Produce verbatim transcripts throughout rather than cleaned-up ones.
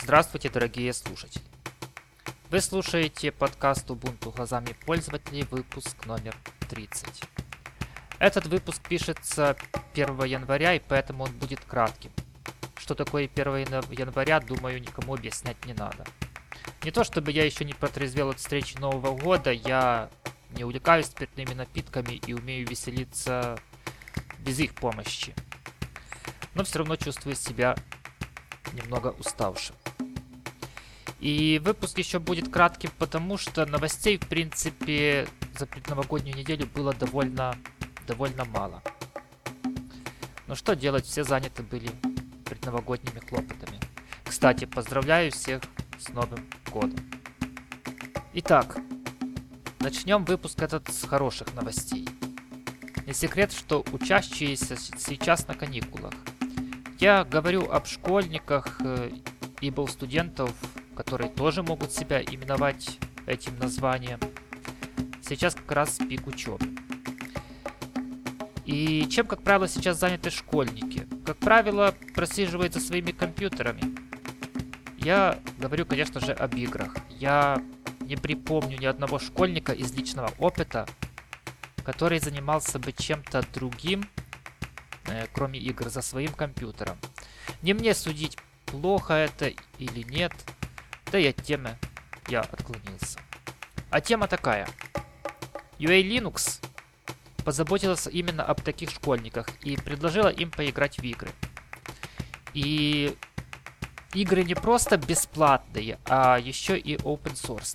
Здравствуйте, дорогие слушатели! Вы слушаете подкаст Ubuntu глазами пользователей, выпуск номер тридцать. Этот выпуск пишется первого января, и поэтому он будет кратким. Что такое первого января, думаю, никому объяснять не надо. Не то чтобы я еще не протрезвел от встречи Нового года, я не увлекаюсь спиртными напитками и умею веселиться без их помощи. Но все равно чувствую себя немного уставшим. И выпуск еще будет кратким, потому что новостей, в принципе, за предновогоднюю неделю было довольно, довольно мало. Но что делать, все заняты были предновогодними хлопотами. Кстати, поздравляю всех с Новым годом. Итак, начнем выпуск этот с хороших новостей. Не секрет, что учащиеся сейчас на каникулах. Я говорю об школьниках, ибо у студентов, которые тоже могут себя именовать этим названием, сейчас как раз пик учебы. И чем, как правило, сейчас заняты школьники? Как правило, просиживают за своими компьютерами. Я говорю, конечно же, об играх. Я не припомню ни одного школьника из личного опыта, который занимался бы чем-то другим, э, кроме игр, за своим компьютером. Не мне судить, плохо это или нет, да и от темы я отклонился. А тема такая. ю эй Linux позаботилась именно об таких школьниках и предложила им поиграть в игры. И игры не просто бесплатные, а еще и open source.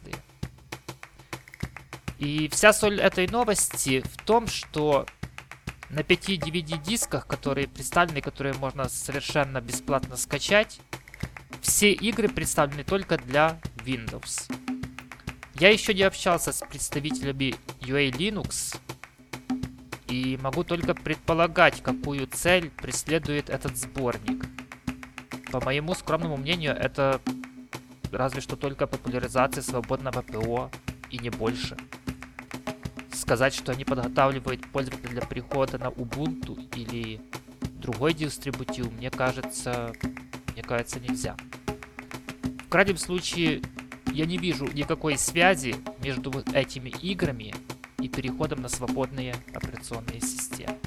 И вся соль этой новости в том, что на пяти ди ви ди-дисках, которые представлены, которые можно совершенно бесплатно скачать, все игры представлены только для Windows. Я еще не общался с представителями ю эй Linux и могу только предполагать, какую цель преследует этот сборник. По моему скромному мнению, это разве что только популяризация свободного ПО и не больше. Сказать, что они подготавливают пользователя для перехода на Ubuntu или другой дистрибутив, мне кажется, мне кажется, нельзя. В крайнем случае, я не вижу никакой связи между этими играми и переходом на свободные операционные системы.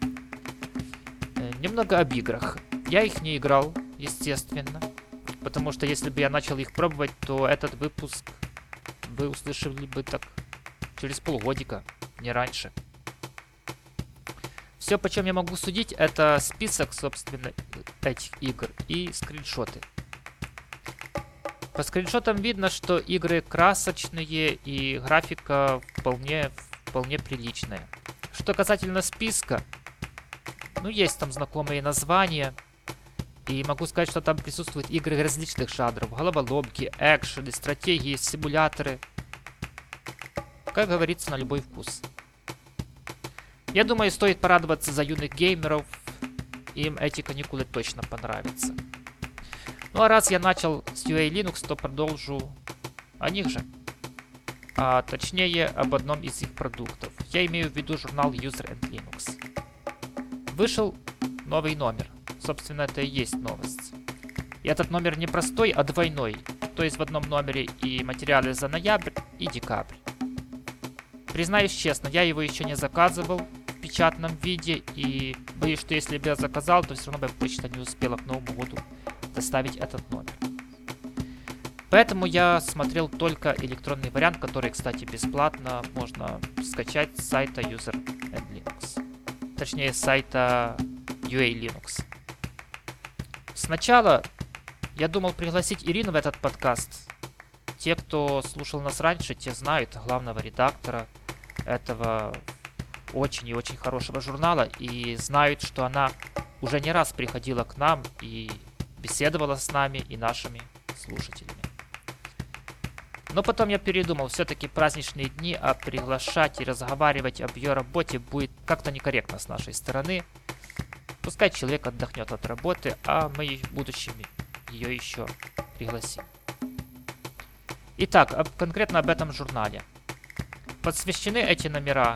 Немного об играх. Я их не играл, естественно, потому что если бы я начал их пробовать, то этот выпуск вы услышали бы так через полгодика, не раньше. Все, по чем я могу судить, это список, собственно, этих игр и скриншоты. По скриншотам видно, что игры красочные и графика вполне, вполне приличная. Что касательно списка, ну, есть там знакомые названия. И могу сказать, что там присутствуют игры различных жанров. Головоломки, экшены, стратегии, симуляторы. Как говорится, на любой вкус. Я думаю, стоит порадоваться за юных геймеров. Им эти каникулы точно понравятся. Ну а раз я начал с ю эй Linux, то продолжу о них же. А точнее, об одном из их продуктов. Я имею в виду журнал User and Linux. Вышел новый номер. Собственно, это и есть новость. И этот номер не простой, а двойной. То есть в одном номере и материалы за ноябрь и декабрь. Признаюсь честно, я его еще не заказывал в печатном виде. И боюсь, что если бы я заказал, то все равно бы почта не успела к Новому году доставить этот номер. Поэтому я смотрел только электронный вариант, который, кстати, бесплатно можно скачать с сайта User and Linux. Точнее, с сайта ю эй Linux. Сначала я думал пригласить Ирину в этот подкаст. Те, кто слушал нас раньше, те знают главного редактора этого очень и очень хорошего журнала и знают, что она уже не раз приходила к нам и беседовала с нами и нашими слушателями. Но потом я передумал, все-таки праздничные дни, а приглашать и разговаривать об ее работе будет как-то некорректно с нашей стороны. Пускай человек отдохнет от работы, а мы в будущем ее еще пригласим. Итак, об, конкретно об этом журнале. Посвящены эти номера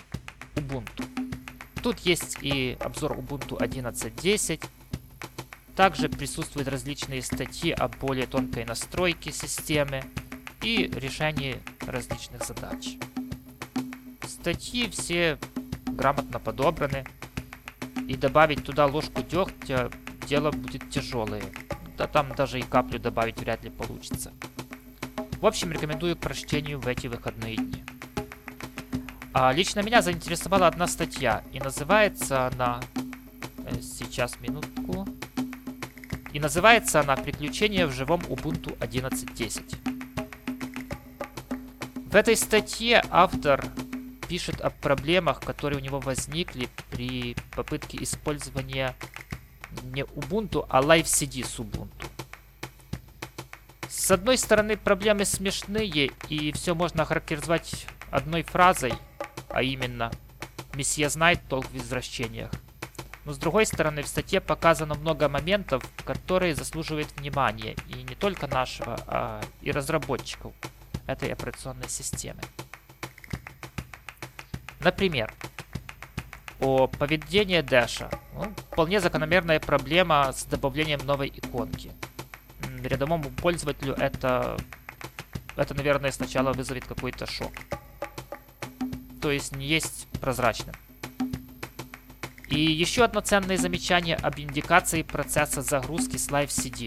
Ubuntu. Тут есть и обзор Ubuntu одиннадцать десять, Также присутствуют различные статьи о более тонкой настройке системы и решении различных задач. Статьи все грамотно подобраны, и добавить туда ложку дегтя дело будет тяжелое. Да там даже и каплю добавить вряд ли получится. В общем, рекомендую к прочтению в эти выходные дни. А лично меня заинтересовала одна статья, и называется она... Сейчас, минутку. И называется она «Приключения в живом Ubuntu одиннадцать десять». В этой статье автор пишет о проблемах, которые у него возникли при попытке использования не Ubuntu, а LiveCD с Ubuntu. С одной стороны, проблемы смешные, и все можно охарактеризовать одной фразой, а именно «Месье знает толк в извращениях». Но с другой стороны, в статье показано много моментов, которые заслуживают внимания, и не только нашего, а и разработчиков этой операционной системы. Например, о поведении Дэша. Ну, вполне закономерная проблема с добавлением новой иконки. Рядовому пользователю это, это, наверное, сначала вызовет какой-то шок. То есть не есть прозрачным. И еще одно ценное замечание об индикации процесса загрузки с LiveCD.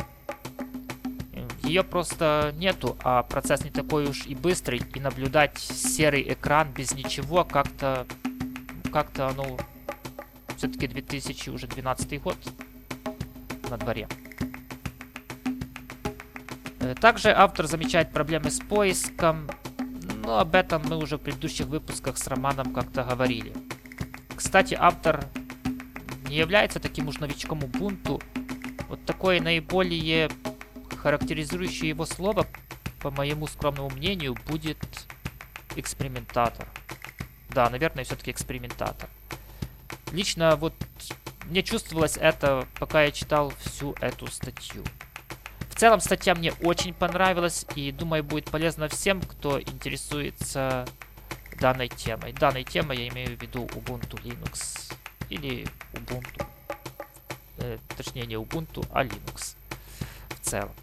Ее просто нету, а процесс не такой уж и быстрый, и наблюдать серый экран без ничего как-то, как-то, ну, все-таки две тысячи двенадцатый год на дворе. Также автор замечает проблемы с поиском, но об этом мы уже в предыдущих выпусках с Романом как-то говорили. Кстати, автор не является таким уж новичком Ubuntu. Вот такое наиболее характеризующее его слово, по моему скромному мнению, будет экспериментатор. Да, наверное, все-таки экспериментатор. Лично вот мне чувствовалось это, пока я читал всю эту статью. В целом, статья мне очень понравилась, и думаю, будет полезно всем, кто интересуется данной темой. Данной темой я имею в виду Ubuntu Linux или Ubuntu. Э, точнее, не Ubuntu, а Linux в целом.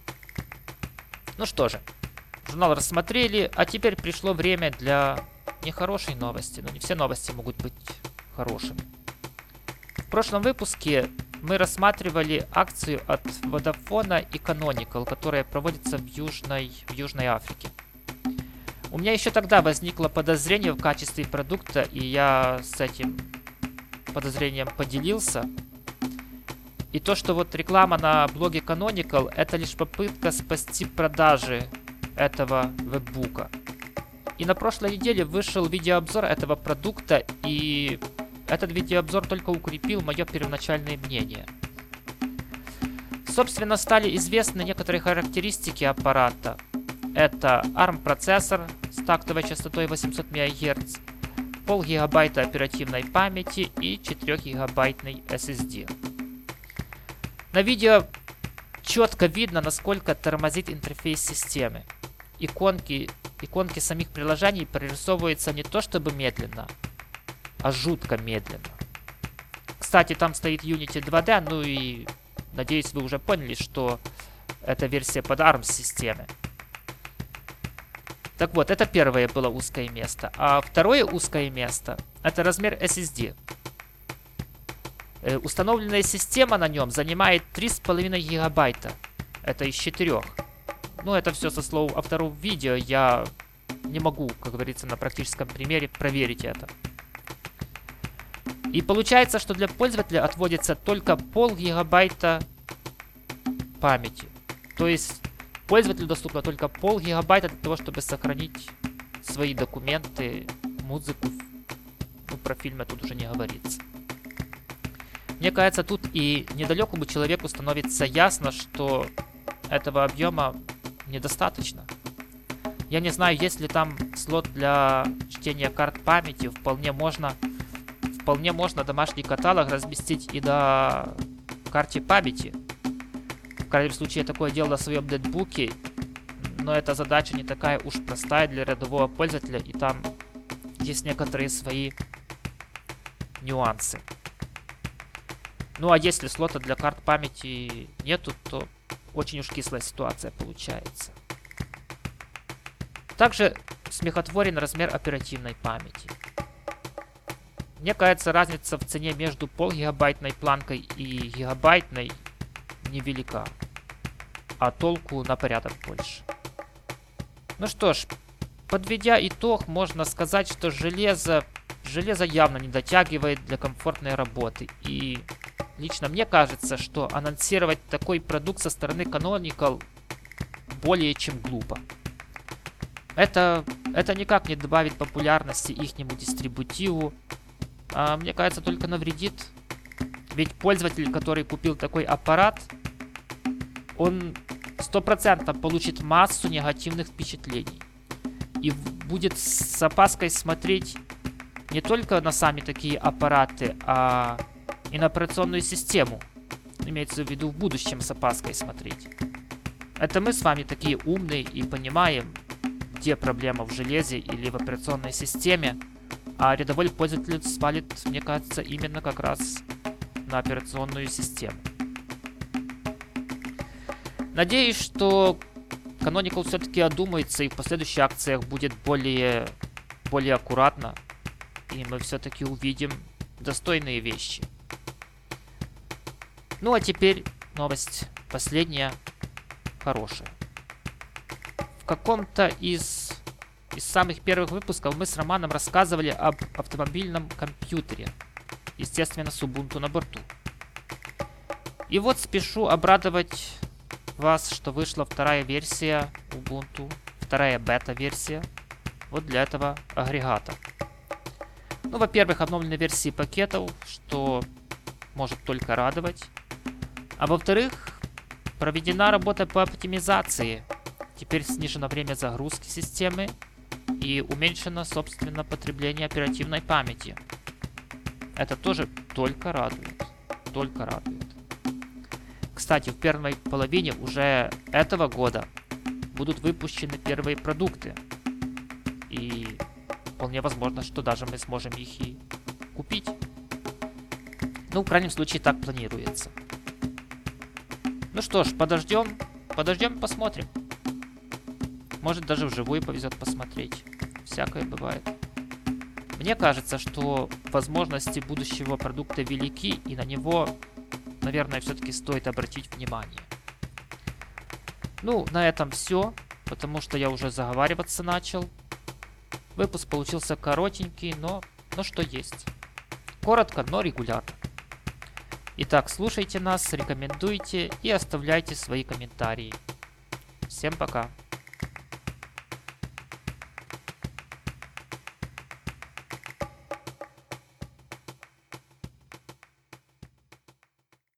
Ну что же, журнал рассмотрели, а теперь пришло время для нехорошей новости. Но не все новости могут быть хорошими. В прошлом выпуске мы рассматривали акцию от Vodafone и Canonical, которая проводится в Южной, в Южной Африке. У меня еще тогда возникло подозрение в качестве продукта, и я с этим подозрением поделился. И то, что вот реклама на блоге Canonical, это лишь попытка спасти продажи этого веббука. И на прошлой неделе вышел видеообзор этого продукта, и этот видеообзор только укрепил мое первоначальное мнение. Собственно, стали известны некоторые характеристики аппарата. Это арм процессор с тактовой частотой восемьсот мегагерц, пол гигабайта оперативной памяти и четырёхгигабайтный эс эс ди. На видео четко видно, насколько тормозит интерфейс системы. Иконки, иконки самих приложений прорисовываются не то чтобы медленно, а жутко медленно. Кстати, там стоит Unity два дэ, ну и надеюсь, вы уже поняли, что это версия под арм системы. Так вот, это первое было узкое место. А второе узкое место — это размер эс эс ди. Э, установленная система на нем занимает три с половиной гигабайта. Это из четырёх. Ну, это все со слов авторов видео. Я не могу, как говорится, на практическом примере проверить это. И получается, что для пользователя отводится только пол гигабайта памяти. То есть пользователю доступно только пол гигабайта для того, чтобы сохранить свои документы, музыку. Ну, про фильмы тут уже не говорится. Мне кажется, тут и недалекому человеку становится ясно, что этого объема недостаточно. Я не знаю, есть ли там слот для чтения карт памяти. Вполне можно, вполне можно домашний каталог разместить и на карте памяти. В крайнем случае, я такое делал на своем нетбуке, но эта задача не такая уж простая для рядового пользователя, и там есть некоторые свои нюансы. Ну а если слота для карт памяти нету, то очень уж кислая ситуация получается. Также смехотворен размер оперативной памяти. Мне кажется, разница в цене между полгигабайтной планкой и гигабайтной невелика, а толку на порядок больше. Ну что ж, подведя итог, можно сказать, что железо, железо явно не дотягивает для комфортной работы. И лично мне кажется, что анонсировать такой продукт со стороны Canonical более чем глупо. Это, это никак не добавит популярности ихнему дистрибутиву, а мне кажется, только навредит. Ведь пользователь, который купил такой аппарат, он сто процентов получит массу негативных впечатлений. И будет с опаской смотреть не только на сами такие аппараты, а и на операционную систему. Имеется в виду в будущем с опаской смотреть. Это мы с вами такие умные и понимаем, где проблема в железе или в операционной системе, а рядовой пользователь свалит, мне кажется, именно как раз на операционную систему. Надеюсь, что Canonical все-таки одумается и в последующих акциях будет более, более аккуратно, и мы все-таки увидим достойные вещи. Ну а теперь новость последняя, хорошая. В каком-то из, из самых первых выпусков мы с Романом рассказывали об автомобильном компьютере, естественно, с Ubuntu на борту. И вот спешу обрадовать вас, что вышла вторая версия Ubuntu, вторая бета-версия вот для этого агрегата. Ну, во-первых, обновлены версии пакетов, что может только радовать. А во-вторых, проведена работа по оптимизации. Теперь снижено время загрузки системы и уменьшено, собственно, потребление оперативной памяти. Это тоже только радует. Только радует. Кстати, в первой половине уже этого года будут выпущены первые продукты. И вполне возможно, что даже мы сможем их и купить. Ну, в крайнем случае, так планируется. Ну что ж, подождем. Подождем и посмотрим. Может, даже вживую повезет посмотреть. Всякое бывает. Мне кажется, что возможности будущего продукта велики, и на него, наверное, все-таки стоит обратить внимание. Ну, на этом все, потому что я уже заговариваться начал. Выпуск получился коротенький, но, но что есть. Коротко, но регулярно. Итак, слушайте нас, рекомендуйте и оставляйте свои комментарии. Всем пока.